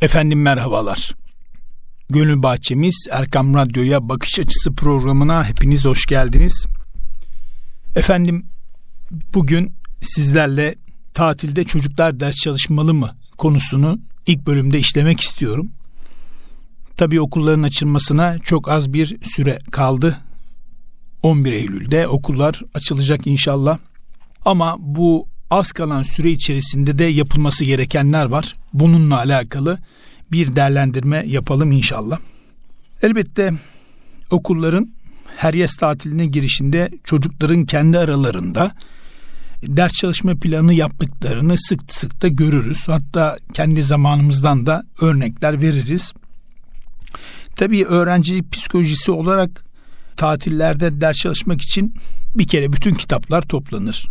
Efendim merhabalar. Gönül Bahçemiz Erkam Radyo'ya Bakış Açısı programına hepiniz hoş geldiniz. Efendim bugün sizlerle tatilde çocuklar ders çalışmalı mı konusunu ilk bölümde işlemek istiyorum. Tabii okulların açılmasına çok az bir süre kaldı. 11 Eylül'de okullar açılacak inşallah. Ama bu az kalan süre içerisinde de yapılması gerekenler var. Bununla alakalı bir değerlendirme yapalım inşallah. Elbette okulların her yaz tatiline girişinde çocukların kendi aralarında ders çalışma planı yaptıklarını sık sık da görürüz. Hatta kendi zamanımızdan da örnekler veririz. Tabii öğrencilik psikolojisi olarak tatillerde ders çalışmak için bir kere bütün kitaplar toplanır.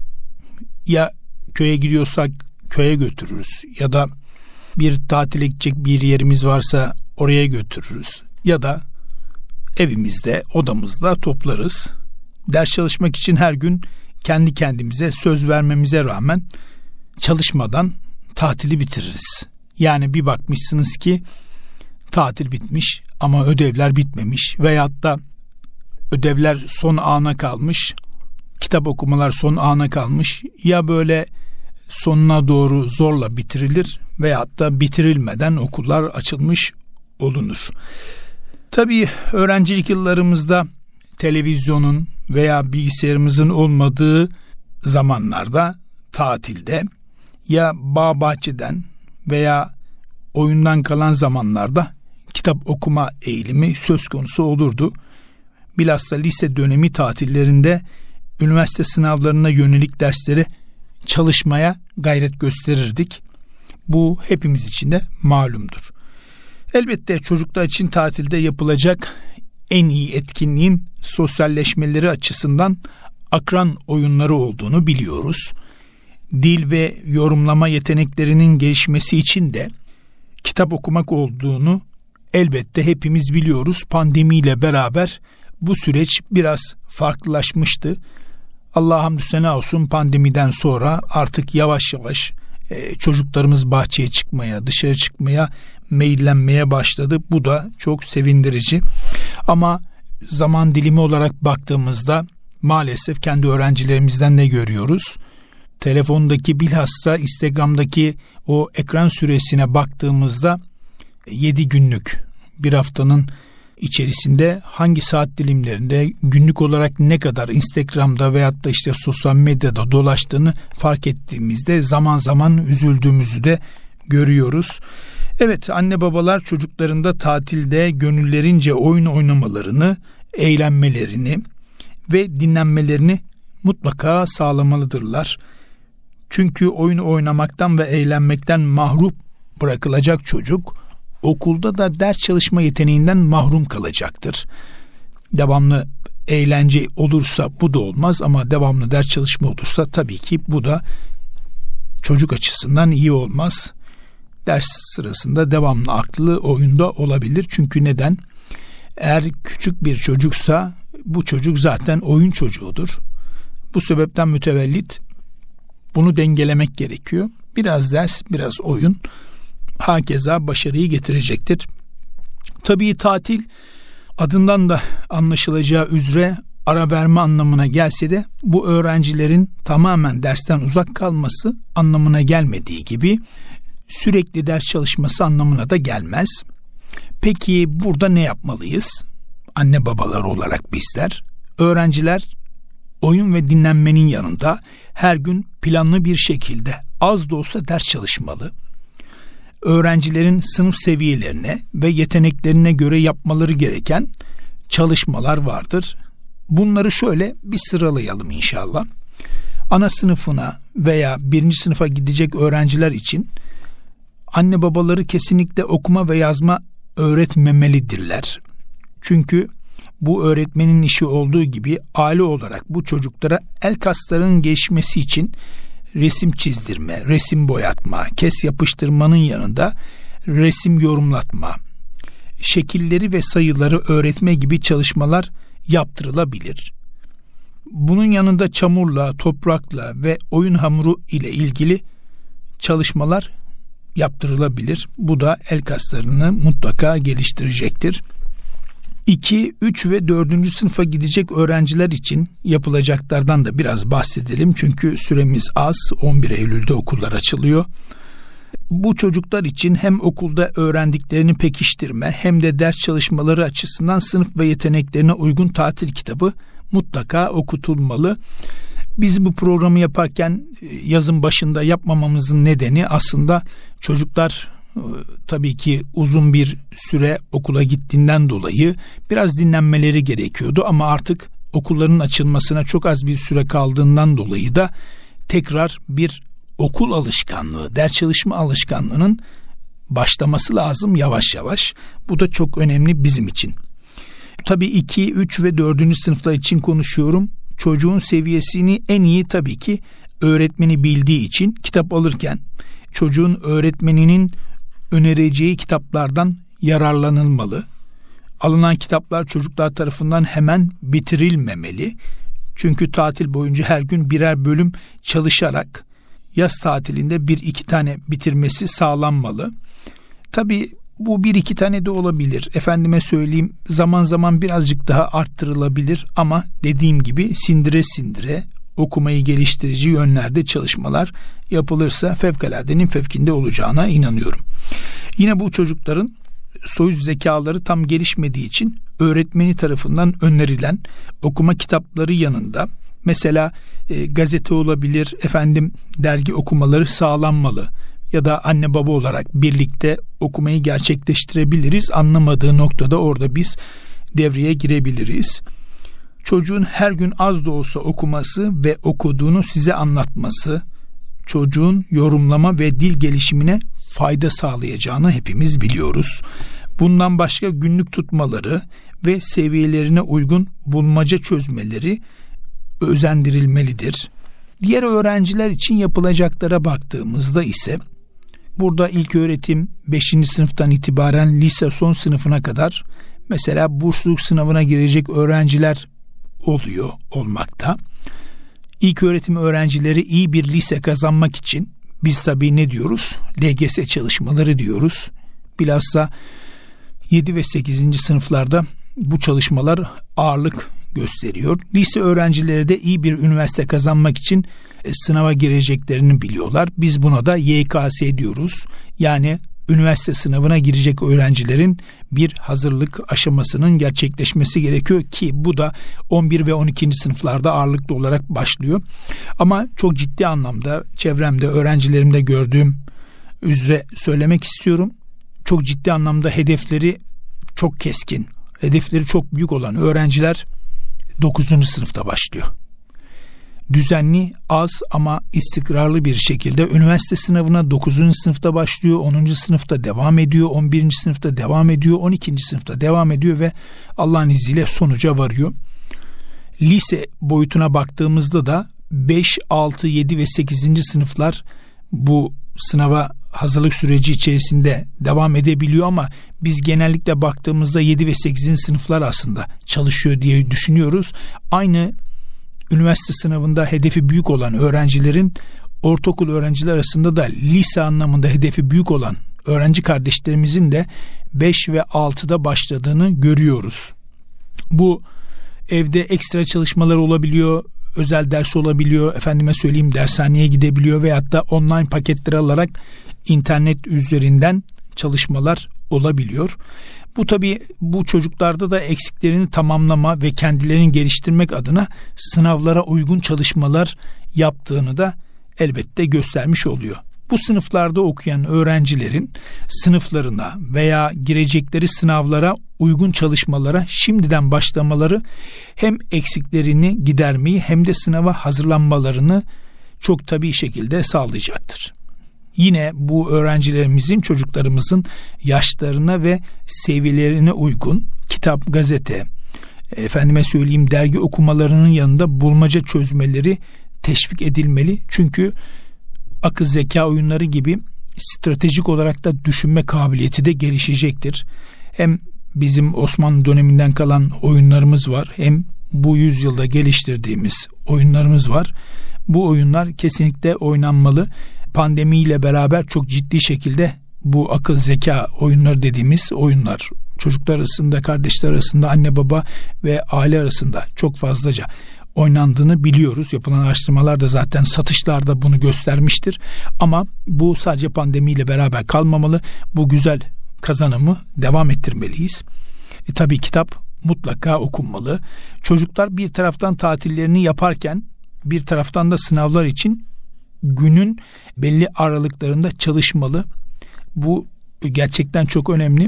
Ya köye gidiyorsak köye götürürüz ya da bir tatile gidecek bir yerimiz varsa oraya götürürüz ya da evimizde, odamızda toplarız. Ders çalışmak için her gün kendi kendimize söz vermemize rağmen çalışmadan tatili bitiririz. Yani bir bakmışsınız ki tatil bitmiş ama ödevler bitmemiş veyahut da ödevler son ana kalmış, kitap okumalar son ana kalmış. Ya böyle sonuna doğru zorla bitirilir veyahut da bitirilmeden okullar açılmış olunur. Tabii öğrencilik yıllarımızda televizyonun veya bilgisayarımızın olmadığı zamanlarda tatilde ya bağ bahçeden veya oyundan kalan zamanlarda kitap okuma eğilimi söz konusu olurdu. Bilhassa lise dönemi tatillerinde üniversite sınavlarına yönelik dersleri çalışmaya gayret gösterirdik. Bu hepimiz için de malumdur. Elbette çocuklar için tatilde yapılacak en iyi etkinliğin sosyalleşmeleri açısından akran oyunları olduğunu biliyoruz. Dil ve yorumlama yeteneklerinin gelişmesi için de kitap okumak olduğunu elbette hepimiz biliyoruz. Pandemiyle beraber bu süreç biraz farklılaşmıştı. Allah'a hamdü sena olsun, pandemiden sonra artık yavaş yavaş çocuklarımız bahçeye çıkmaya, dışarı çıkmaya meyillenmeye başladı. Bu da çok sevindirici. Ama zaman dilimi olarak baktığımızda maalesef kendi öğrencilerimizden ne görüyoruz? Telefondaki bilhassa Instagram'daki o ekran süresine baktığımızda 7 günlük bir haftanın içerisinde hangi saat dilimlerinde günlük olarak ne kadar Instagram'da veyahut da işte sosyal medyada dolaştığını fark ettiğimizde zaman zaman üzüldüğümüzü de görüyoruz. Evet, anne babalar çocuklarında tatilde gönüllerince oyun oynamalarını, eğlenmelerini ve dinlenmelerini mutlaka sağlamalıdırlar. Çünkü oyun oynamaktan ve eğlenmekten mahrum bırakılacak çocuk okulda da ders çalışma yeteneğinden mahrum kalacaktır. Devamlı eğlence olursa bu da olmaz ama devamlı ders çalışma olursa tabii ki bu da çocuk açısından iyi olmaz. Ders sırasında devamlı aklı oyunda olabilir. Çünkü neden? Eğer küçük bir çocuksa bu çocuk zaten oyun çocuğudur. Bu sebepten mütevellit bunu dengelemek gerekiyor. Biraz ders, biraz oyun hakeza başarıyı getirecektir. Tabii tatil adından da anlaşılacağı üzere ara verme anlamına gelse de bu öğrencilerin tamamen dersten uzak kalması anlamına gelmediği gibi sürekli ders çalışması anlamına da gelmez. Peki burada ne yapmalıyız? Anne babalar olarak bizler, öğrenciler oyun ve dinlenmenin yanında her gün planlı bir şekilde az da olsa ders çalışmalı. Öğrencilerin sınıf seviyelerine ve yeteneklerine göre yapmaları gereken çalışmalar vardır. Bunları şöyle bir sıralayalım inşallah. Ana sınıfına veya 1. sınıfa gidecek öğrenciler için anne babaları kesinlikle okuma ve yazma öğretmemelidirler. Çünkü bu öğretmenin işi olduğu gibi aile olarak bu çocuklara el kaslarının gelişmesi için resim çizdirme, resim boyatma, kes yapıştırmanın yanında resim yorumlatma, şekilleri ve sayıları öğretme gibi çalışmalar yaptırılabilir. Bunun yanında çamurla, toprakla ve oyun hamuru ile ilgili çalışmalar yaptırılabilir. Bu da el kaslarını mutlaka geliştirecektir. 2, 3 ve 4. sınıfa gidecek öğrenciler için yapılacaklardan da biraz bahsedelim. Çünkü süremiz az. 11 Eylül'de okullar açılıyor. Bu çocuklar için hem okulda öğrendiklerini pekiştirme hem de ders çalışmaları açısından sınıf ve yeteneklerine uygun tatil kitabı mutlaka okutulmalı. Biz bu programı yaparken yazın başında yapmamamızın nedeni aslında çocuklar tabii ki uzun bir süre okula gittiğinden dolayı biraz dinlenmeleri gerekiyordu ama artık okulların açılmasına çok az bir süre kaldığından dolayı da tekrar bir okul alışkanlığı, ders çalışma alışkanlığının başlaması lazım yavaş yavaş. Bu da çok önemli bizim için. Tabii 2, 3 ve 4. sınıflar için konuşuyorum. Çocuğun seviyesini en iyi tabii ki öğretmeni bildiği için kitap alırken çocuğun öğretmeninin önereceği kitaplardan yararlanılmalı. Alınan kitaplar çocuklar tarafından hemen bitirilmemeli. Çünkü tatil boyunca her gün birer bölüm çalışarak yaz tatilinde 1-2 tane bitirmesi sağlanmalı. Tabii bu 1-2 tane de olabilir. Efendime söyleyeyim, zaman zaman birazcık daha arttırılabilir ama dediğim gibi sindire sindire okumayı geliştirici yönlerde çalışmalar yapılırsa fevkaladenin fevkinde olacağına inanıyorum. Yine bu çocukların soyut zekaları tam gelişmediği için öğretmeni tarafından önerilen okuma kitapları yanında mesela gazete olabilir, dergi okumaları sağlanmalı ya da anne baba olarak birlikte okumayı gerçekleştirebiliriz. Anlamadığı noktada orada biz devreye girebiliriz. Çocuğun her gün az da olsa okuması ve okuduğunu size anlatması çocuğun yorumlama ve dil gelişimine fayda sağlayacağını hepimiz biliyoruz. Bundan başka günlük tutmaları ve seviyelerine uygun bulmaca çözmeleri özendirilmelidir. Diğer öğrenciler için yapılacaklara baktığımızda ise burada ilköğretim 5. sınıftan itibaren lise son sınıfına kadar mesela bursluluk sınavına girecek öğrenciler olmakta. İlköğretim öğrencileri iyi bir lise kazanmak için biz tabii ne diyoruz? LGS çalışmaları diyoruz. Bilhassa 7 ve 8. sınıflarda bu çalışmalar ağırlık gösteriyor. Lise öğrencileri de iyi bir üniversite kazanmak için sınava gireceklerini biliyorlar. Biz buna da YKS diyoruz. Yani üniversite sınavına girecek öğrencilerin bir hazırlık aşamasının gerçekleşmesi gerekiyor ki bu da 11 ve 12. sınıflarda ağırlıklı olarak başlıyor. Ama çok ciddi anlamda çevremde, öğrencilerimde gördüğüm üzere söylemek istiyorum. Çok ciddi anlamda hedefleri çok keskin, hedefleri çok büyük olan öğrenciler 9. sınıfta başlıyor. Düzenli, az ama istikrarlı bir şekilde üniversite sınavına 9. sınıfta başlıyor, 10. sınıfta devam ediyor, 11. sınıfta devam ediyor, 12. sınıfta devam ediyor ve Allah'ın izniyle sonuca varıyor. Lise boyutuna baktığımızda da 5, 6, 7 ve 8. sınıflar bu sınava hazırlık süreci içerisinde devam edebiliyor ama biz genellikle baktığımızda 7 ve 8. sınıflar aslında çalışıyor diye düşünüyoruz. Aynı üniversite sınavında hedefi büyük olan öğrencilerin ortaokul öğrenciler arasında da lise anlamında hedefi büyük olan öğrenci kardeşlerimizin de 5 ve 6'da başladığını görüyoruz. Bu evde ekstra çalışmalar olabiliyor, özel ders olabiliyor, dershaneye gidebiliyor veyahut da online paketleri alarak internet üzerinden çalışmalar olabiliyor. Bu tabii bu çocuklarda da eksiklerini tamamlama ve kendilerini geliştirmek adına sınavlara uygun çalışmalar yaptığını da elbette göstermiş oluyor. Bu sınıflarda okuyan öğrencilerin sınıflarına veya girecekleri sınavlara uygun çalışmalara şimdiden başlamaları hem eksiklerini gidermeyi hem de sınava hazırlanmalarını çok tabii şekilde sağlayacaktır. Yine bu öğrencilerimizin, çocuklarımızın yaşlarına ve seviyelerine uygun kitap, gazete, dergi okumalarının yanında bulmaca çözmeleri teşvik edilmeli. Çünkü akıl zeka oyunları gibi stratejik olarak da düşünme kabiliyeti de gelişecektir. Hem bizim Osmanlı döneminden kalan oyunlarımız var, hem bu yüzyılda geliştirdiğimiz oyunlarımız var. Bu oyunlar kesinlikle oynanmalı. pandemiyle beraber çok ciddi şekilde bu akıl zeka oyunları dediğimiz oyunlar çocuklar arasında, kardeşler arasında, anne baba ve aile arasında çok fazlaca oynandığını biliyoruz. Yapılan araştırmalar da zaten satışlarda bunu göstermiştir. Ama bu sadece pandemiyle beraber kalmamalı. Bu güzel kazanımı devam ettirmeliyiz. Tabii kitap mutlaka okunmalı. Çocuklar bir taraftan tatillerini yaparken bir taraftan da sınavlar için günün belli aralıklarında çalışmalı. Bu gerçekten çok önemli.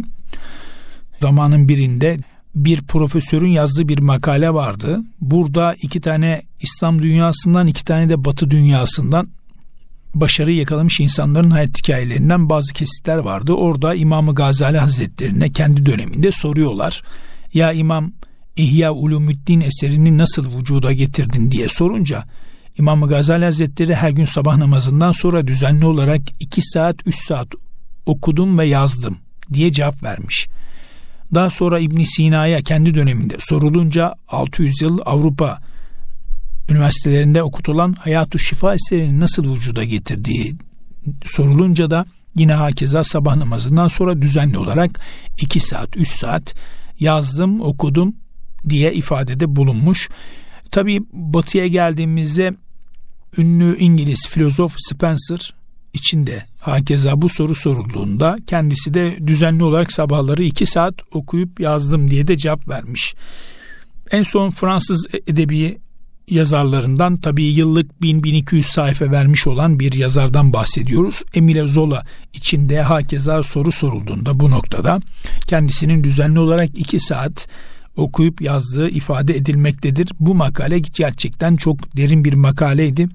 Zamanın birinde bir profesörün yazdığı bir makale vardı. Burada 2 tane İslam dünyasından, 2 tane de Batı dünyasından başarı yakalamış insanların hayat hikayelerinden bazı kesitler vardı. Orada İmam-ı Gazali Hazretlerine kendi döneminde soruyorlar. Ya İmam, İhya Ulumuddin eserini nasıl vücuda getirdin diye sorunca İmam-ı Gazali Hazretleri her gün sabah namazından sonra düzenli olarak 2 saat 3 saat okudum ve yazdım diye cevap vermiş. Daha sonra İbn Sina'ya kendi döneminde sorulunca 600 yıl Avrupa üniversitelerinde okutulan Hayat-ı Şifa eserini nasıl vücuda getirdiği sorulunca da yine hakeza sabah namazından sonra düzenli olarak 2 saat 3 saat yazdım okudum diye ifadede bulunmuş. Tabii Batı'ya geldiğimizde ünlü İngiliz filozof Spencer içinde hakeza bu soru sorulduğunda kendisi de düzenli olarak sabahları 2 saat okuyup yazdım diye de cevap vermiş. En son Fransız edebi yazarlarından tabii yıllık 1000-1200 sayfa vermiş olan bir yazardan bahsediyoruz. Emile Zola içinde hakeza soru sorulduğunda bu noktada kendisinin düzenli olarak 2 saat okuyup yazdığı ifade edilmektedir. Bu makale gerçekten çok derin bir makaleydi.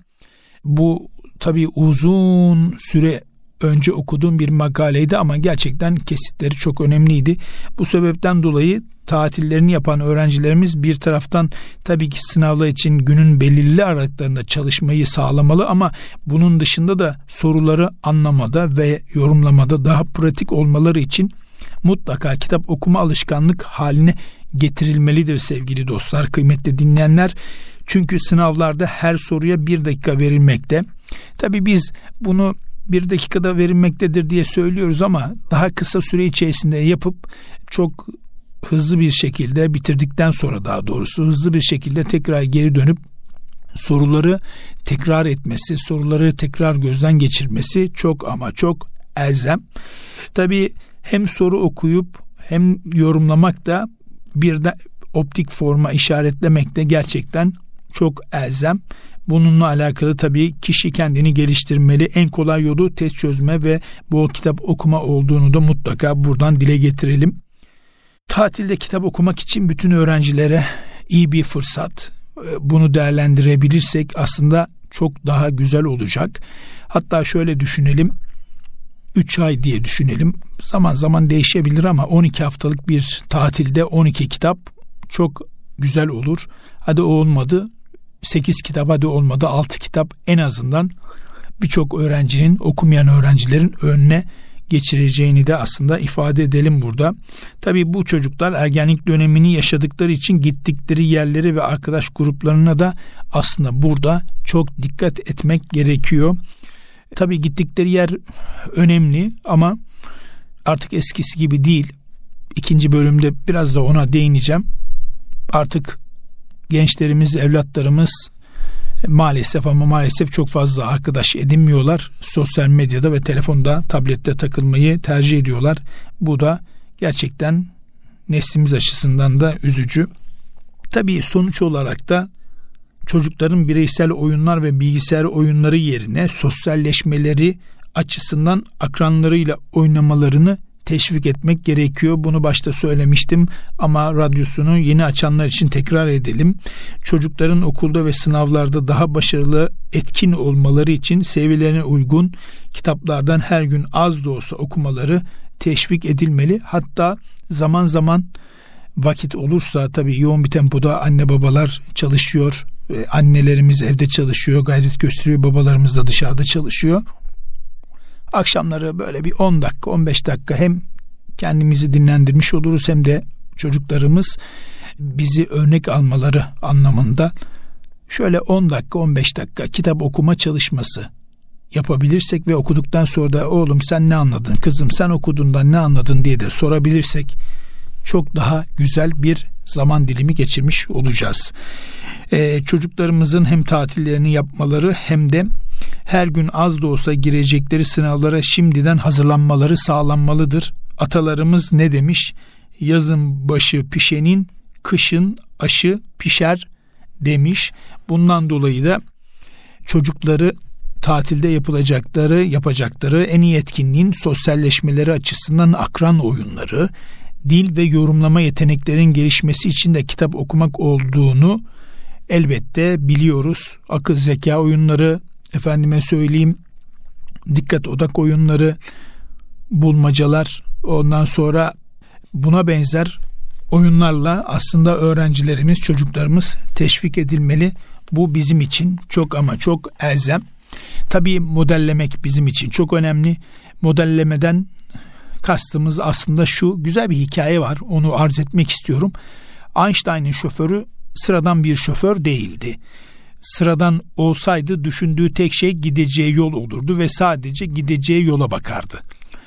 Bu tabii uzun süre önce okuduğum bir makaleydi ama gerçekten kesitleri çok önemliydi. Bu sebepten dolayı tatillerini yapan öğrencilerimiz bir taraftan tabii ki sınavlar için günün belirli aralıklarında çalışmayı sağlamalı ama bunun dışında da soruları anlamada ve yorumlamada daha pratik olmaları için mutlaka kitap okuma alışkanlık haline getirilmelidir sevgili dostlar, kıymetli dinleyenler. Çünkü sınavlarda her soruya 1 dakika verilmekte. Tabii biz bunu 1 dakikada verilmektedir diye söylüyoruz ama daha kısa süre içerisinde yapıp çok hızlı bir şekilde bitirdikten sonra daha doğrusu hızlı bir şekilde tekrar geri dönüp soruları tekrar etmesi, soruları tekrar gözden geçirmesi çok ama çok elzem. Tabii hem soru okuyup hem yorumlamak da bir de optik forma işaretlemek de gerçekten çok elzem. Bununla alakalı tabii kişi kendini geliştirmeli. En kolay yolu test çözme ve bol kitap okuma olduğunu da mutlaka buradan dile getirelim. Tatilde kitap okumak için bütün öğrencilere iyi bir fırsat. Bunu değerlendirebilirsek aslında çok daha güzel olacak. Hatta şöyle düşünelim. 3 ay diye düşünelim. Zaman zaman değişebilir ama 12 haftalık bir tatilde 12 kitap çok güzel olur. Hadi o olmadı 8 kitap, hadi olmadı 6 kitap en azından birçok öğrencinin, okumayan öğrencilerin önüne geçireceğini de aslında ifade edelim burada. Tabii bu çocuklar ergenlik dönemini yaşadıkları için gittikleri yerleri ve arkadaş gruplarına da aslında burada çok dikkat etmek gerekiyor. Tabii gittikleri yer önemli ama artık eskisi gibi değil. 2. bölümde biraz da ona değineceğim. Artık gençlerimiz, evlatlarımız maalesef çok fazla arkadaş edinmiyorlar. Sosyal medyada ve telefonda, tablette takılmayı tercih ediyorlar. Bu da gerçekten neslimiz açısından da üzücü. Tabii sonuç olarak da çocukların bireysel oyunlar ve bilgisayar oyunları yerine sosyalleşmeleri açısından akranlarıyla oynamalarını teşvik etmek gerekiyor. Bunu başta söylemiştim ama radyosunu yeni açanlar için tekrar edelim. Çocukların okulda ve sınavlarda daha başarılı, etkin olmaları için seviyelerine uygun kitaplardan her gün az da olsa okumaları teşvik edilmeli. Hatta zaman zaman vakit olursa tabii yoğun bir tempoda anne babalar çalışıyor. Annelerimiz evde çalışıyor, gayret gösteriyor. Babalarımız da dışarıda çalışıyor. Akşamları böyle bir 10 dakika 15 dakika hem kendimizi dinlendirmiş oluruz hem de çocuklarımız bizi örnek almaları anlamında şöyle 10 dakika 15 dakika kitap okuma çalışması yapabilirsek ve okuduktan sonra da oğlum sen ne anladın, kızım sen okuduğundan ne anladın diye de sorabilirsek çok daha güzel bir zaman dilimi geçirmiş olacağız. Çocuklarımızın hem tatillerini yapmaları hem de her gün az da olsa girecekleri sınavlara şimdiden hazırlanmaları sağlanmalıdır. Atalarımız ne demiş? Yazın başı pişenin, kışın aşı pişer demiş. Bundan dolayı da çocukları tatilde yapacakları en iyi etkinliğin sosyalleşmeleri açısından akran oyunları, dil ve yorumlama yeteneklerinin gelişmesi için de kitap okumak olduğunu elbette biliyoruz. Akıl zeka oyunları, dikkat odak oyunları, bulmacalar, ondan sonra buna benzer oyunlarla aslında öğrencilerimiz, çocuklarımız teşvik edilmeli. Bu bizim için çok ama çok elzem. Tabii modellemek bizim için çok önemli. Modellemeden kastımız aslında şu, güzel bir hikaye var, onu arz etmek istiyorum. Einstein'ın şoförü sıradan bir şoför değildi. Sıradan olsaydı düşündüğü tek şey gideceği yol olurdu ve sadece gideceği yola bakardı.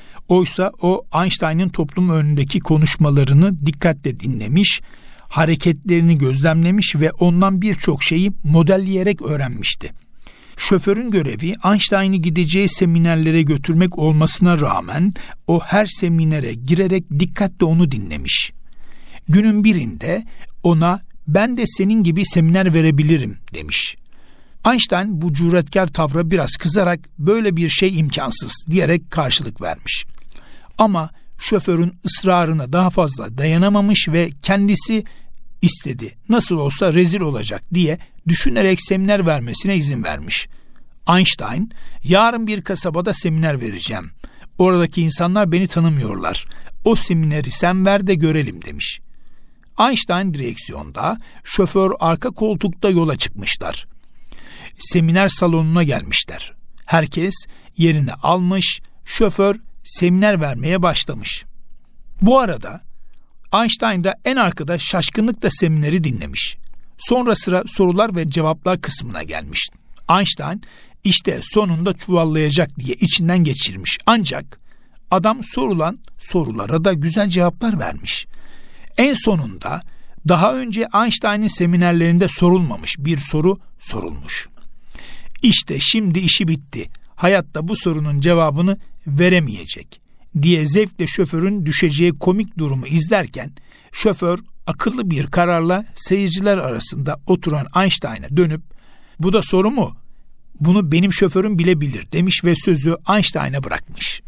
Oysa o Einstein'ın toplum önündeki konuşmalarını dikkatle dinlemiş, hareketlerini gözlemlemiş ve ondan birçok şeyi modelleyerek öğrenmişti. Şoförün görevi Einstein'ı gideceği seminerlere götürmek olmasına rağmen o her seminere girerek dikkatle onu dinlemiş. Günün birinde ona ben de senin gibi seminer verebilirim demiş. Einstein bu cüretkar tavra biraz kızarak böyle bir şey imkansız diyerek karşılık vermiş. Ama şoförün ısrarına daha fazla dayanamamış ve kendisi istedi, nasıl olsa rezil olacak diye düşünerek seminer vermesine izin vermiş. Einstein, yarın bir kasabada seminer vereceğim. Oradaki insanlar beni tanımıyorlar. O semineri sen ver de görelim demiş. Einstein direksiyonda, şoför arka koltukta yola çıkmışlar. Seminer salonuna gelmişler. Herkes yerini almış, şoför seminer vermeye başlamış. Bu arada Einstein da en arkada şaşkınlıkla semineri dinlemiş. Sonra sıra sorular ve cevaplar kısmına gelmiş. Einstein işte sonunda çuvallayacak diye içinden geçirmiş. Ancak adam sorulan sorulara da güzel cevaplar vermiş. En sonunda daha önce Einstein'ın seminerlerinde sorulmamış bir soru sorulmuş. İşte şimdi işi bitti. Hayatta bu sorunun cevabını veremeyecek diye zevkle şoförün düşeceği komik durumu izlerken şoför akıllı bir kararla seyirciler arasında oturan Einstein'a dönüp bu da soru mu? Bunu benim şoförüm bilebilir demiş ve sözü Einstein'a bırakmış.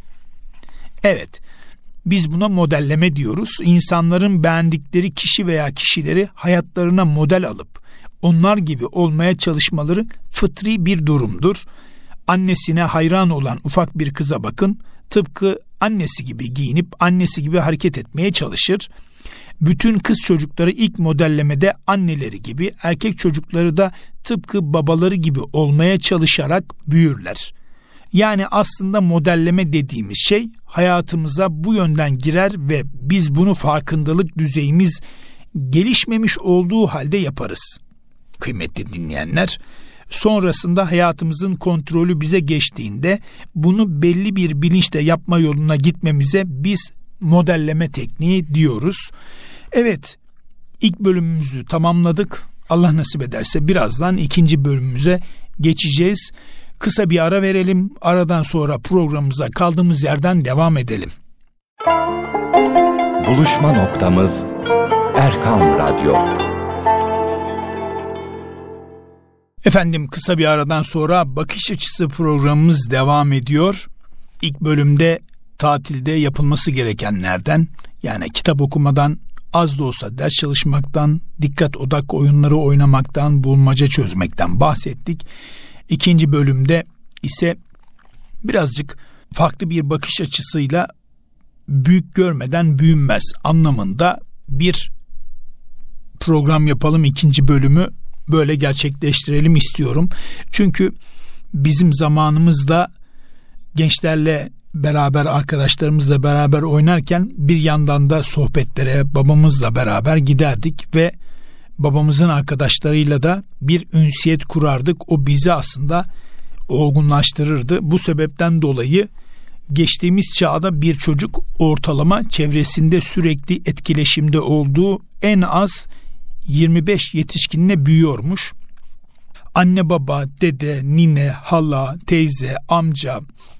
Evet, biz buna modelleme diyoruz. İnsanların beğendikleri kişi veya kişileri hayatlarına model alıp onlar gibi olmaya çalışmaları fıtri bir durumdur. Annesine hayran olan ufak bir kıza bakın, tıpkı annesi gibi giyinip annesi gibi hareket etmeye çalışır. Bütün kız çocukları ilk modellemede anneleri gibi, erkek çocukları da tıpkı babaları gibi olmaya çalışarak büyürler. Yani aslında modelleme dediğimiz şey hayatımıza bu yönden girer ve biz bunu farkındalık düzeyimiz gelişmemiş olduğu halde yaparız. Kıymetli dinleyenler, sonrasında hayatımızın kontrolü bize geçtiğinde bunu belli bir bilinçle yapma yoluna gitmemize biz modelleme tekniği diyoruz. Evet, ilk bölümümüzü tamamladık. Allah nasip ederse birazdan ikinci bölümümüze geçeceğiz. Kısa bir ara verelim. Aradan sonra programımıza kaldığımız yerden devam edelim. Buluşma noktamız Erkam Radyo. Efendim, kısa bir aradan sonra Bakış Açısı programımız devam ediyor. İlk bölümde tatilde yapılması gerekenlerden, yani kitap okumadan, az da olsa ders çalışmaktan, dikkat odak oyunları oynamaktan, bulmaca çözmekten bahsettik. İkinci bölümde ise birazcık farklı bir bakış açısıyla büyük görmeden büyünmez anlamında bir program yapalım. İkinci bölümü böyle gerçekleştirelim istiyorum. Çünkü bizim zamanımızda gençlerle beraber, arkadaşlarımızla beraber oynarken bir yandan da sohbetlere babamızla beraber giderdik ve babamızın arkadaşlarıyla da bir ünsiyet kurardık. O bizi aslında olgunlaştırırdı. Bu sebepten dolayı geçtiğimiz çağda bir çocuk ortalama çevresinde sürekli etkileşimde olduğu en az 25 yetişkinle büyüyormuş. Anne baba, dede, nine, hala, teyze, amca,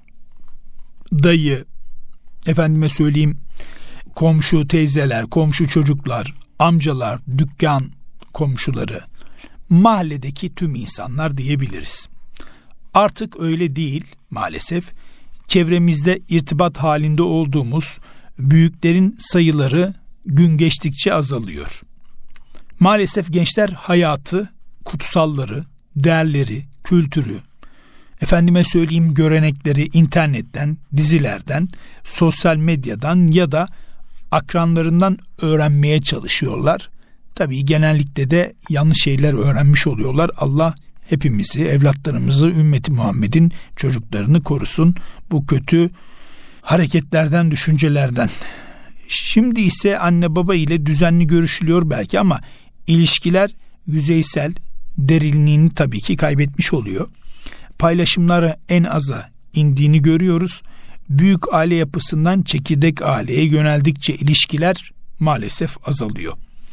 dayı, efendime söyleyeyim komşu teyzeler, komşu çocuklar, amcalar, dükkan komşuları, mahalledeki tüm insanlar diyebiliriz. Artık öyle değil maalesef. Çevremizde irtibat halinde olduğumuz büyüklerin sayıları gün geçtikçe azalıyor. Maalesef gençler hayatı, kutsalları, değerleri, kültürü, efendime söyleyeyim görenekleri internetten, dizilerden, sosyal medyadan ya da akranlarından öğrenmeye çalışıyorlar. Tabii genellikle de yanlış şeyler öğrenmiş oluyorlar. Allah hepimizi, evlatlarımızı, ümmeti Muhammed'in çocuklarını korusun bu kötü hareketlerden, düşüncelerden. Şimdi ise anne baba ile düzenli görüşülüyor belki ama ilişkiler yüzeysel, derinliğini tabii ki kaybetmiş oluyor. Paylaşımları en aza indiğini görüyoruz. Büyük aile yapısından çekirdek aileye yöneldikçe ilişkiler maalesef azalıyor.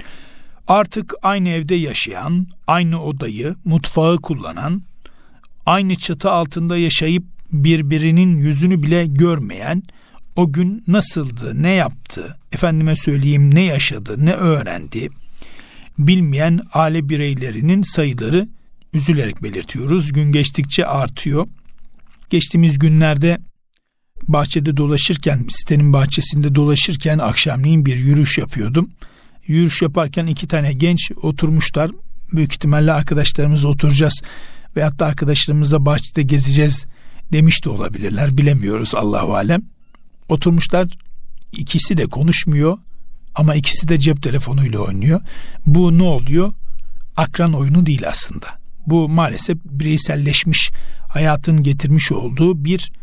Artık aynı evde yaşayan, aynı odayı, mutfağı kullanan, aynı çatı altında yaşayıp birbirinin yüzünü bile görmeyen, o gün nasıldı, ne yaptı, efendime söyleyeyim ne yaşadı, ne öğrendi bilmeyen aile bireylerinin sayıları üzülerek belirtiyoruz. Gün geçtikçe artıyor. Geçtiğimiz günlerde bahçede dolaşırken, sitenin bahçesinde dolaşırken akşamleyin bir yürüyüş yapıyordum. Yürüyüş yaparken 2 tane genç oturmuşlar. Büyük ihtimalle arkadaşlarımızla oturacağız veyahut da arkadaşlarımızla bahçede gezeceğiz demiş de olabilirler. Bilemiyoruz, Allahu alem. Oturmuşlar, ikisi de konuşmuyor ama ikisi de cep telefonuyla oynuyor. Bu ne oluyor? Akran oyunu değil aslında. Bu maalesef bireyselleşmiş hayatın getirmiş olduğu bir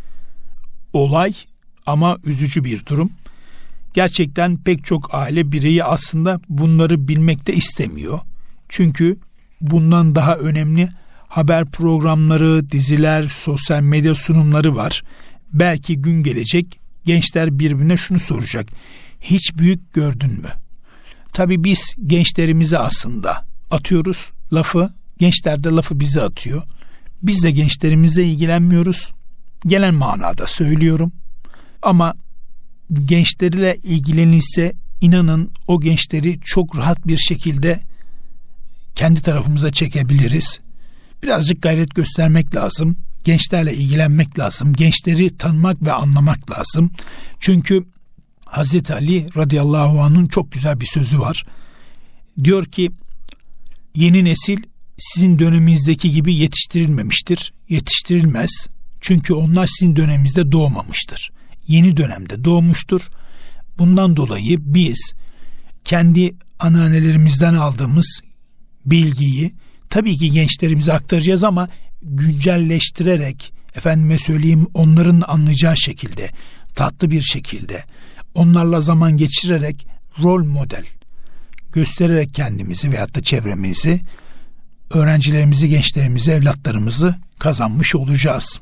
olay ama üzücü bir durum. Gerçekten pek çok aile bireyi aslında bunları bilmek de istemiyor. Çünkü bundan daha önemli haber programları, diziler, sosyal medya sunumları var. Belki gün gelecek gençler birbirine şunu soracak: hiç büyük gördün mü? Tabii biz gençlerimize aslında atıyoruz lafı, gençler de lafı bize atıyor. Biz de gençlerimizle ilgilenmiyoruz. Gelen manada söylüyorum. Ama gençlerle ilgilenilse inanın o gençleri çok rahat bir şekilde kendi tarafımıza çekebiliriz. Birazcık gayret göstermek lazım. Gençlerle ilgilenmek lazım. Gençleri tanımak ve anlamak lazım. Çünkü Hazreti Ali radıyallahu anh'ın çok güzel bir sözü var. Diyor ki, yeni nesil sizin döneminizdeki gibi yetiştirilmemiştir. Yetiştirilmez. Çünkü onlar sizin döneminizde doğmamıştır. Yeni dönemde doğmuştur. Bundan dolayı biz kendi anneannelerimizden aldığımız bilgiyi tabii ki gençlerimize aktaracağız ama güncelleştirerek, efendime söyleyeyim onların anlayacağı şekilde, tatlı bir şekilde, onlarla zaman geçirerek, rol model göstererek kendimizi veyahut da çevremizi, öğrencilerimizi, gençlerimizi, evlatlarımızı kazanmış olacağız.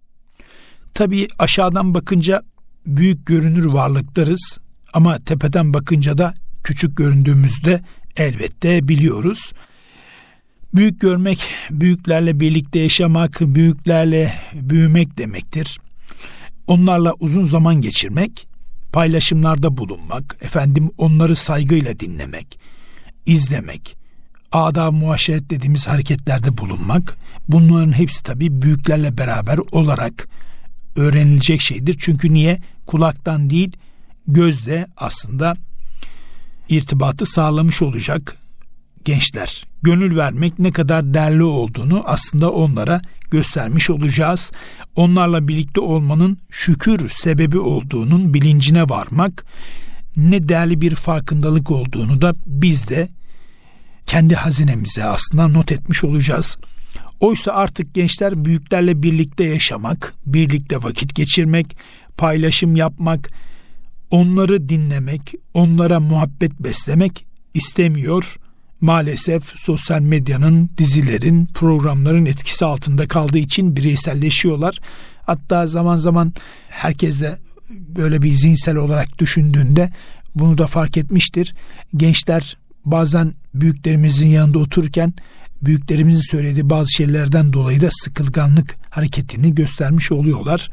Tabii aşağıdan bakınca büyük görünür varlıklarız ama tepeden bakınca da küçük göründüğümüzde elbette biliyoruz. Büyük görmek, büyüklerle birlikte yaşamak, büyüklerle büyümek demektir. Onlarla uzun zaman geçirmek, paylaşımlarda bulunmak, onları saygıyla dinlemek, izlemek, adab-ı muaşeret dediğimiz hareketlerde bulunmak, bunların hepsi tabii büyüklerle beraber olarak öğrenilecek şeydir. Çünkü niye? Kulaktan değil, gözle aslında irtibatı sağlamış olacak gençler. Gönül vermek ne kadar değerli olduğunu aslında onlara göstermiş olacağız. Onlarla birlikte olmanın şükür sebebi olduğunun bilincine varmak, ne değerli bir farkındalık olduğunu da biz de kendi hazinemize aslında not etmiş olacağız. Oysa artık gençler büyüklerle birlikte yaşamak, birlikte vakit geçirmek, paylaşım yapmak, onları dinlemek, onlara muhabbet beslemek istemiyor maalesef sosyal medyanın, dizilerin, programların etkisi altında kaldığı için bireyselleşiyorlar. Hatta zaman zaman herkes de böyle bir zihinsel olarak düşündüğünde bunu da fark etmiştir. Gençler bazen büyüklerimizin yanında otururken büyüklerimizin söylediği bazı şeylerden dolayı da sıkılganlık hareketini göstermiş oluyorlar.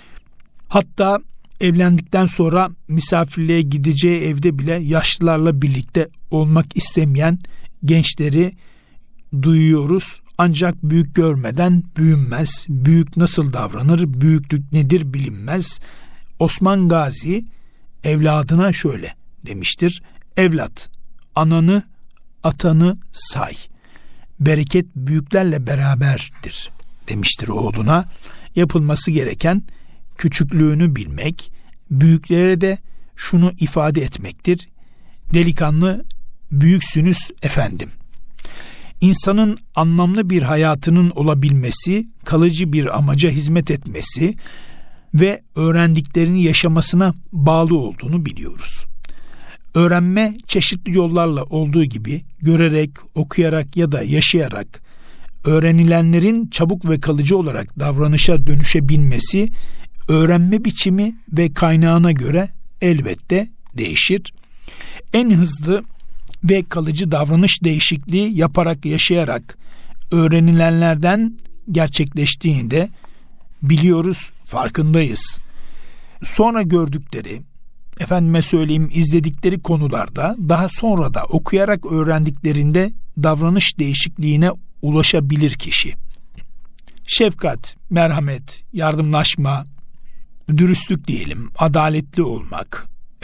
Hatta evlendikten sonra misafirliğe gideceği evde bile yaşlılarla birlikte olmak istemeyen gençleri duyuyoruz. Ancak büyük görmeden büyünmez. Büyük nasıl davranır? Büyüklük nedir bilinmez. Osman Gazi evladına şöyle demiştir: evlat, ananı, atanı say. Bereket büyüklerle beraberdir demiştir oğluna. Yapılması gereken küçüklüğünü bilmek, büyüklere de şunu ifade etmektir: delikanlı, büyüksünüz efendim. İnsanın anlamlı bir hayatının olabilmesi, kalıcı bir amaca hizmet etmesi ve öğrendiklerini yaşamasına bağlı olduğunu biliyoruz. Öğrenme çeşitli yollarla olduğu gibi görerek, okuyarak ya da yaşayarak öğrenilenlerin çabuk ve kalıcı olarak davranışa dönüşebilmesi öğrenme biçimi ve kaynağına göre elbette değişir. En hızlı ve kalıcı davranış değişikliği yaparak, yaşayarak öğrenilenlerden gerçekleştiğini de biliyoruz, farkındayız. Sonra gördükleri, izledikleri konularda daha sonra da okuyarak öğrendiklerinde davranış değişikliğine ulaşabilir kişi. Şefkat, merhamet, yardımlaşma, dürüstlük diyelim, adaletli olmak,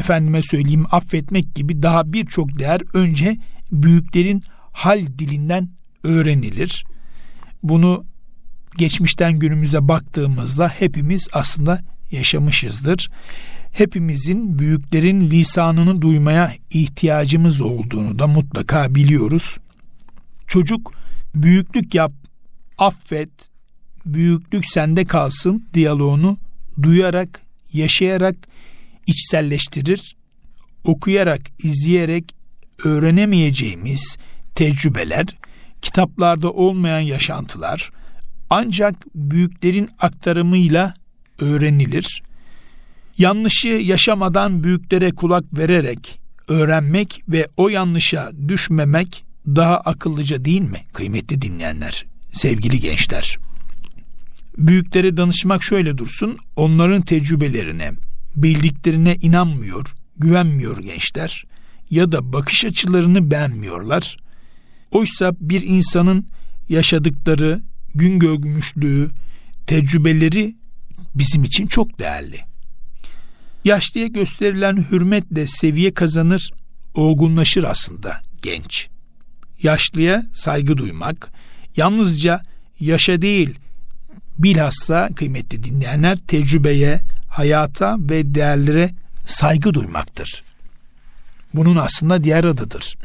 affetmek gibi daha birçok değer önce büyüklerin hal dilinden öğrenilir. Bunu geçmişten günümüze baktığımızda hepimiz aslında yaşamışızdır. Hepimizin büyüklerin lisanını duymaya ihtiyacımız olduğunu da mutlaka biliyoruz. Çocuk, büyüklük yap, affet, büyüklük sende kalsın diyaloğunu duyarak, yaşayarak içselleştirir. Okuyarak, izleyerek öğrenemeyeceğimiz tecrübeler, kitaplarda olmayan yaşantılar ancak büyüklerin aktarımıyla öğrenilir. Yanlışı yaşamadan büyüklere kulak vererek öğrenmek ve o yanlışa düşmemek daha akıllıca değil mi kıymetli dinleyenler, sevgili gençler? Büyüklere danışmak şöyle dursun: onların tecrübelerine, bildiklerine inanmıyor, güvenmiyor gençler ya da bakış açılarını beğenmiyorlar. Oysa bir insanın yaşadıkları, gün görmüşlüğü, tecrübeleri bizim için çok değerli. Yaşlıya gösterilen hürmetle seviye kazanır, olgunlaşır aslında genç. Yaşlıya saygı duymak, yalnızca yaşa değil, bilhassa kıymetli dinleyenler, tecrübeye, hayata ve değerlere saygı duymaktır. Bunun aslında diğer adıdır.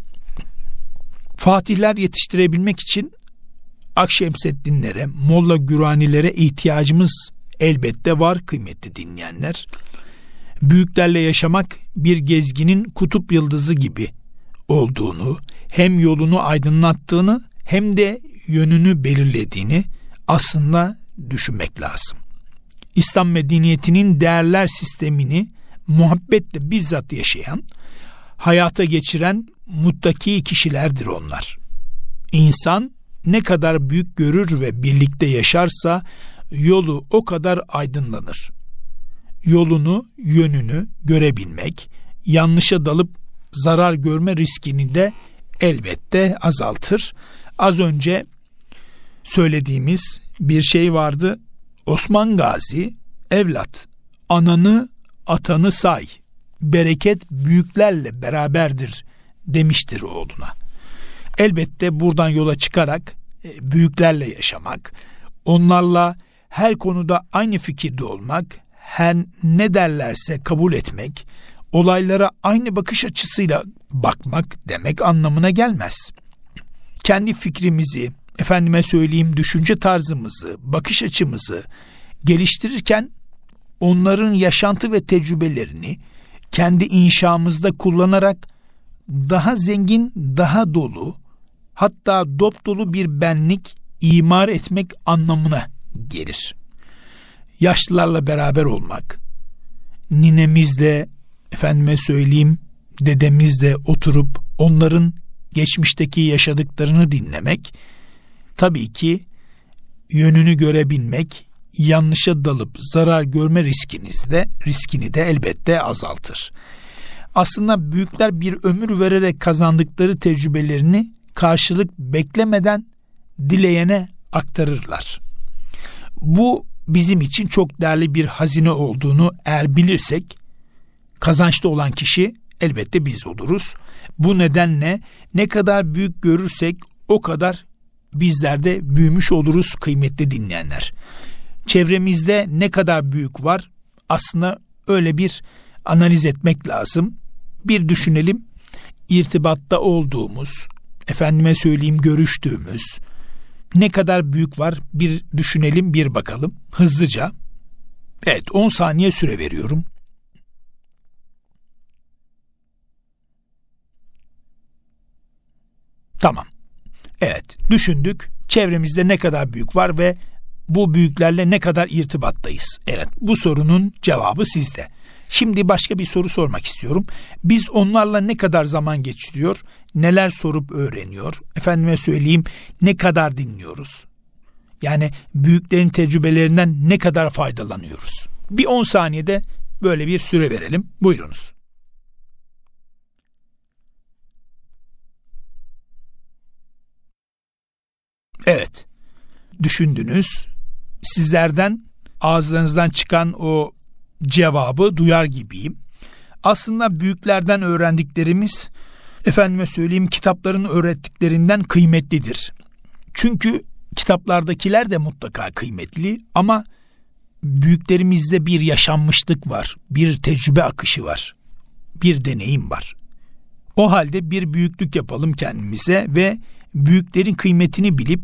Fatihler yetiştirebilmek için Akşemseddinlere, Molla Güranilere ihtiyacımız elbette var kıymetli dinleyenler. Büyüklerle yaşamak bir gezginin kutup yıldızı gibi olduğunu, hem yolunu aydınlattığını hem de yönünü belirlediğini aslında düşünmek lazım. İslam medeniyetinin değerler sistemini muhabbetle bizzat yaşayan, hayata geçiren muttaki kişilerdir onlar. İnsan ne kadar büyük görür ve birlikte yaşarsa yolu o kadar aydınlanır. Yolunu, yönünü görebilmek, yanlışa dalıp zarar görme riskini de elbette azaltır. Az önce söylediğimiz bir şey vardı. Osman Gazi, evlat, ananı, atanı say. Bereket büyüklerle beraberdir demiştir oğluna. Elbette buradan yola çıkarak büyüklerle yaşamak, onlarla her konuda aynı fikirde olmak, her ne derlerse kabul etmek, olaylara aynı bakış açısıyla bakmak demek anlamına gelmez. Kendi fikrimizi, düşünce tarzımızı, bakış açımızı geliştirirken onların yaşantı ve tecrübelerini kendi inşamızda kullanarak daha zengin, daha dolu, hatta dop dolu bir benlik imar etmek anlamına gelir. Yaşlılarla beraber olmak, ninemizle, efendime söyleyeyim, dedemizle oturup onların geçmişteki yaşadıklarını dinlemek, tabii ki yönünü görebilmek, yanlışa dalıp zarar görme riskini de elbette azaltır. Aslında büyükler bir ömür vererek kazandıkları tecrübelerini karşılık beklemeden dileyene aktarırlar. Bu bizim için çok değerli bir hazine olduğunu eğer bilirsek, kazançlı olan kişi elbette biz oluruz. Bu nedenle ne kadar büyük görürsek o kadar bizler de büyümüş oluruz kıymetli dinleyenler. Çevremizde ne kadar büyük var? Aslında öyle bir analiz etmek lazım. Bir düşünelim, irtibatta olduğumuz, efendime söyleyeyim görüştüğümüz ne kadar büyük var? Bir düşünelim, bir bakalım hızlıca. Evet, 10 saniye süre veriyorum. Tamam. Evet, düşündük. Çevremizde ne kadar büyük var ve bu büyüklerle ne kadar irtibattayız? Evet, bu sorunun cevabı sizde. Şimdi başka bir soru sormak istiyorum. Biz onlarla ne kadar zaman geçiriyor? Neler sorup öğreniyor? Efendime söyleyeyim, ne kadar dinliyoruz? Yani büyüklerin tecrübelerinden ne kadar faydalanıyoruz? Bir 10 saniyede böyle bir süre verelim. Buyurunuz. Evet, düşündünüz. Sizlerden ağızlarınızdan çıkan o cevabı duyar gibiyim. Aslında büyüklerden öğrendiklerimiz, efendime söyleyeyim, kitapların öğrettiklerinden kıymetlidir. Çünkü kitaplardakiler de mutlaka kıymetli ama büyüklerimizde bir yaşanmışlık var, bir tecrübe akışı var, bir deneyim var. O halde bir büyüklük yapalım kendimize ve büyüklerin kıymetini bilip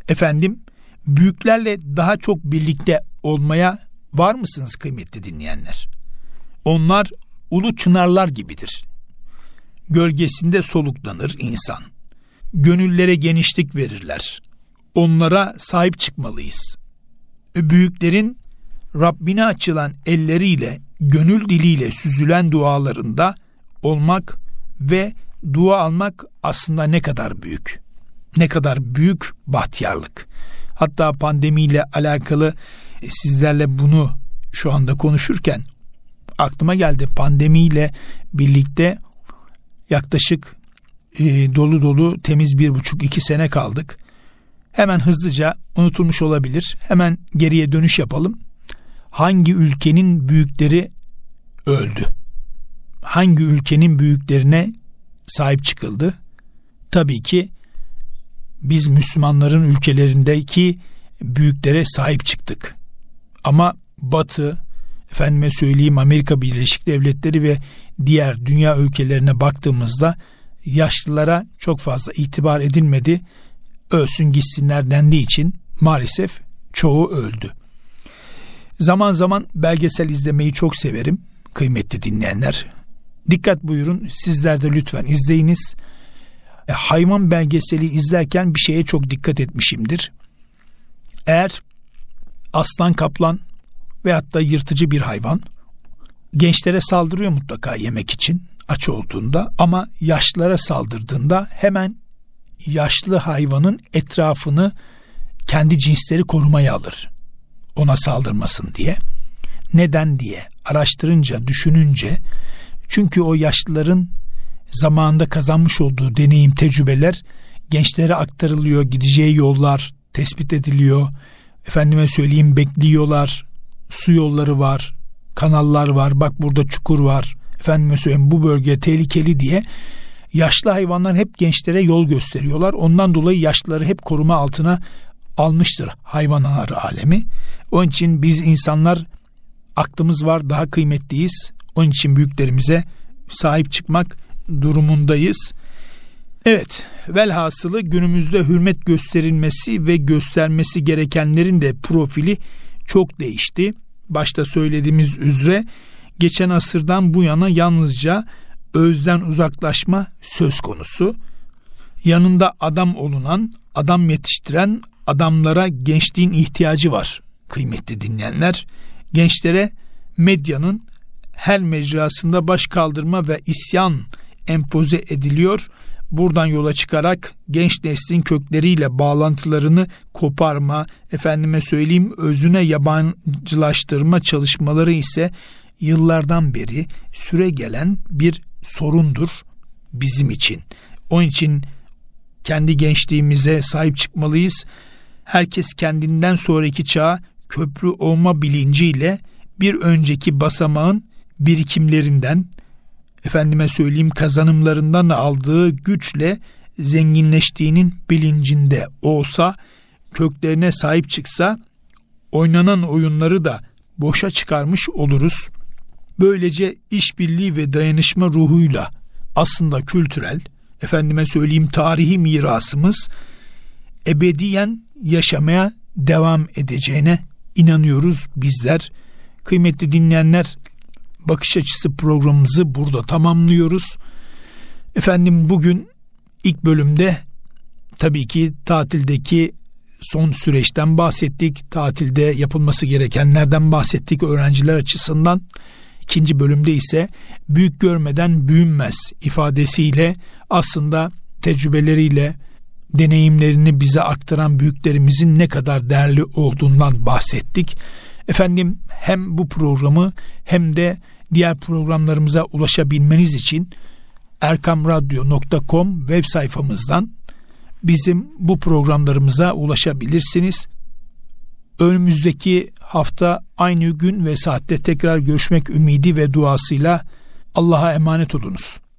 büyüklerle daha çok birlikte olmaya var mısınız kıymetli dinleyenler? Onlar ulu çınarlar gibidir. Gölgesinde soluklanır insan. Gönüllere genişlik verirler. Onlara sahip çıkmalıyız. Büyüklerin Rabbine açılan elleriyle, gönül diliyle süzülen dualarında olmak ve dua almak aslında ne kadar büyük. Ne kadar büyük bahtiyarlık. Hatta pandemiyle alakalı sizlerle bunu şu anda konuşurken aklıma geldi. Pandemiyle birlikte yaklaşık dolu dolu temiz 1,5-2 sene kaldık. Hemen hızlıca unutulmuş olabilir. Hemen geriye dönüş yapalım. Hangi ülkenin büyükleri öldü? Hangi ülkenin büyüklerine sahip çıkıldı? Tabii ki biz Müslümanların ülkelerindeki büyüklere sahip çıktık. Ama Batı, efendime söyleyeyim Amerika Birleşik Devletleri ve diğer dünya ülkelerine baktığımızda yaşlılara çok fazla itibar edilmedi. Ölsün gitsinler dendiği için maalesef çoğu öldü. Zaman zaman belgesel izlemeyi çok severim kıymetli dinleyenler. Dikkat buyurun, sizler de lütfen izleyiniz. Hayvan belgeseli izlerken bir şeye çok dikkat etmişimdir. Eğer aslan, kaplan veyahut da yırtıcı bir hayvan gençlere saldırıyor mutlaka yemek için aç olduğunda, ama yaşlılara saldırdığında hemen yaşlı hayvanın etrafını kendi cinsleri korumaya alır. Ona saldırmasın diye. Neden diye araştırınca, düşününce, çünkü o yaşlıların zamanında kazanmış olduğu deneyim, tecrübeler gençlere aktarılıyor, gideceği yollar tespit ediliyor. Efendime söyleyeyim, bekliyorlar. Su yolları var, kanallar var, bak burada çukur var. Efendime söyleyeyim, bu bölge tehlikeli diye yaşlı hayvanlar hep gençlere yol gösteriyorlar. Ondan dolayı yaşlıları hep koruma altına almıştır hayvanlar alemi. Onun için biz insanlar aklımız var, daha kıymetliyiz. Onun için büyüklerimize sahip çıkmak durumundayız. Evet, velhasılı günümüzde hürmet gösterilmesi ve göstermesi gerekenlerin de profili çok değişti. Başta söylediğimiz üzere geçen asırdan bu yana yalnızca özden uzaklaşma söz konusu. Yanında adam olunan, adam yetiştiren adamlara gençliğin ihtiyacı var kıymetli dinleyenler. Gençlere medyanın her mecrasında baş kaldırma ve isyan empoze ediliyor. Buradan yola çıkarak genç neslin kökleriyle bağlantılarını koparma, özüne yabancılaştırma çalışmaları ise yıllardan beri süre gelen bir sorundur bizim için. Onun için kendi gençliğimize sahip çıkmalıyız. Herkes kendinden sonraki çağa köprü olma bilinciyle bir önceki basamağın birikimlerinden, kazanımlarından aldığı güçle zenginleştiğinin bilincinde olsa, köklerine sahip çıksa, oynanan oyunları da boşa çıkarmış oluruz. Böylece işbirliği ve dayanışma ruhuyla aslında kültürel, tarihi mirasımız ebediyen yaşamaya devam edeceğine inanıyoruz bizler. Kıymetli dinleyenler, Bakış Açısı programımızı burada tamamlıyoruz. Bugün ilk bölümde tabii ki tatildeki son süreçten bahsettik. Tatilde yapılması gerekenlerden bahsettik öğrenciler açısından. İkinci bölümde ise büyük görmeden büyünmez ifadesiyle aslında tecrübeleriyle, deneyimlerini bize aktaran büyüklerimizin ne kadar değerli olduğundan bahsettik. Hem bu programı hem de diğer programlarımıza ulaşabilmeniz için erkamradyo.com web sayfamızdan bizim bu programlarımıza ulaşabilirsiniz. Önümüzdeki hafta aynı gün ve saatte tekrar görüşmek ümidi ve duasıyla Allah'a emanet olunuz.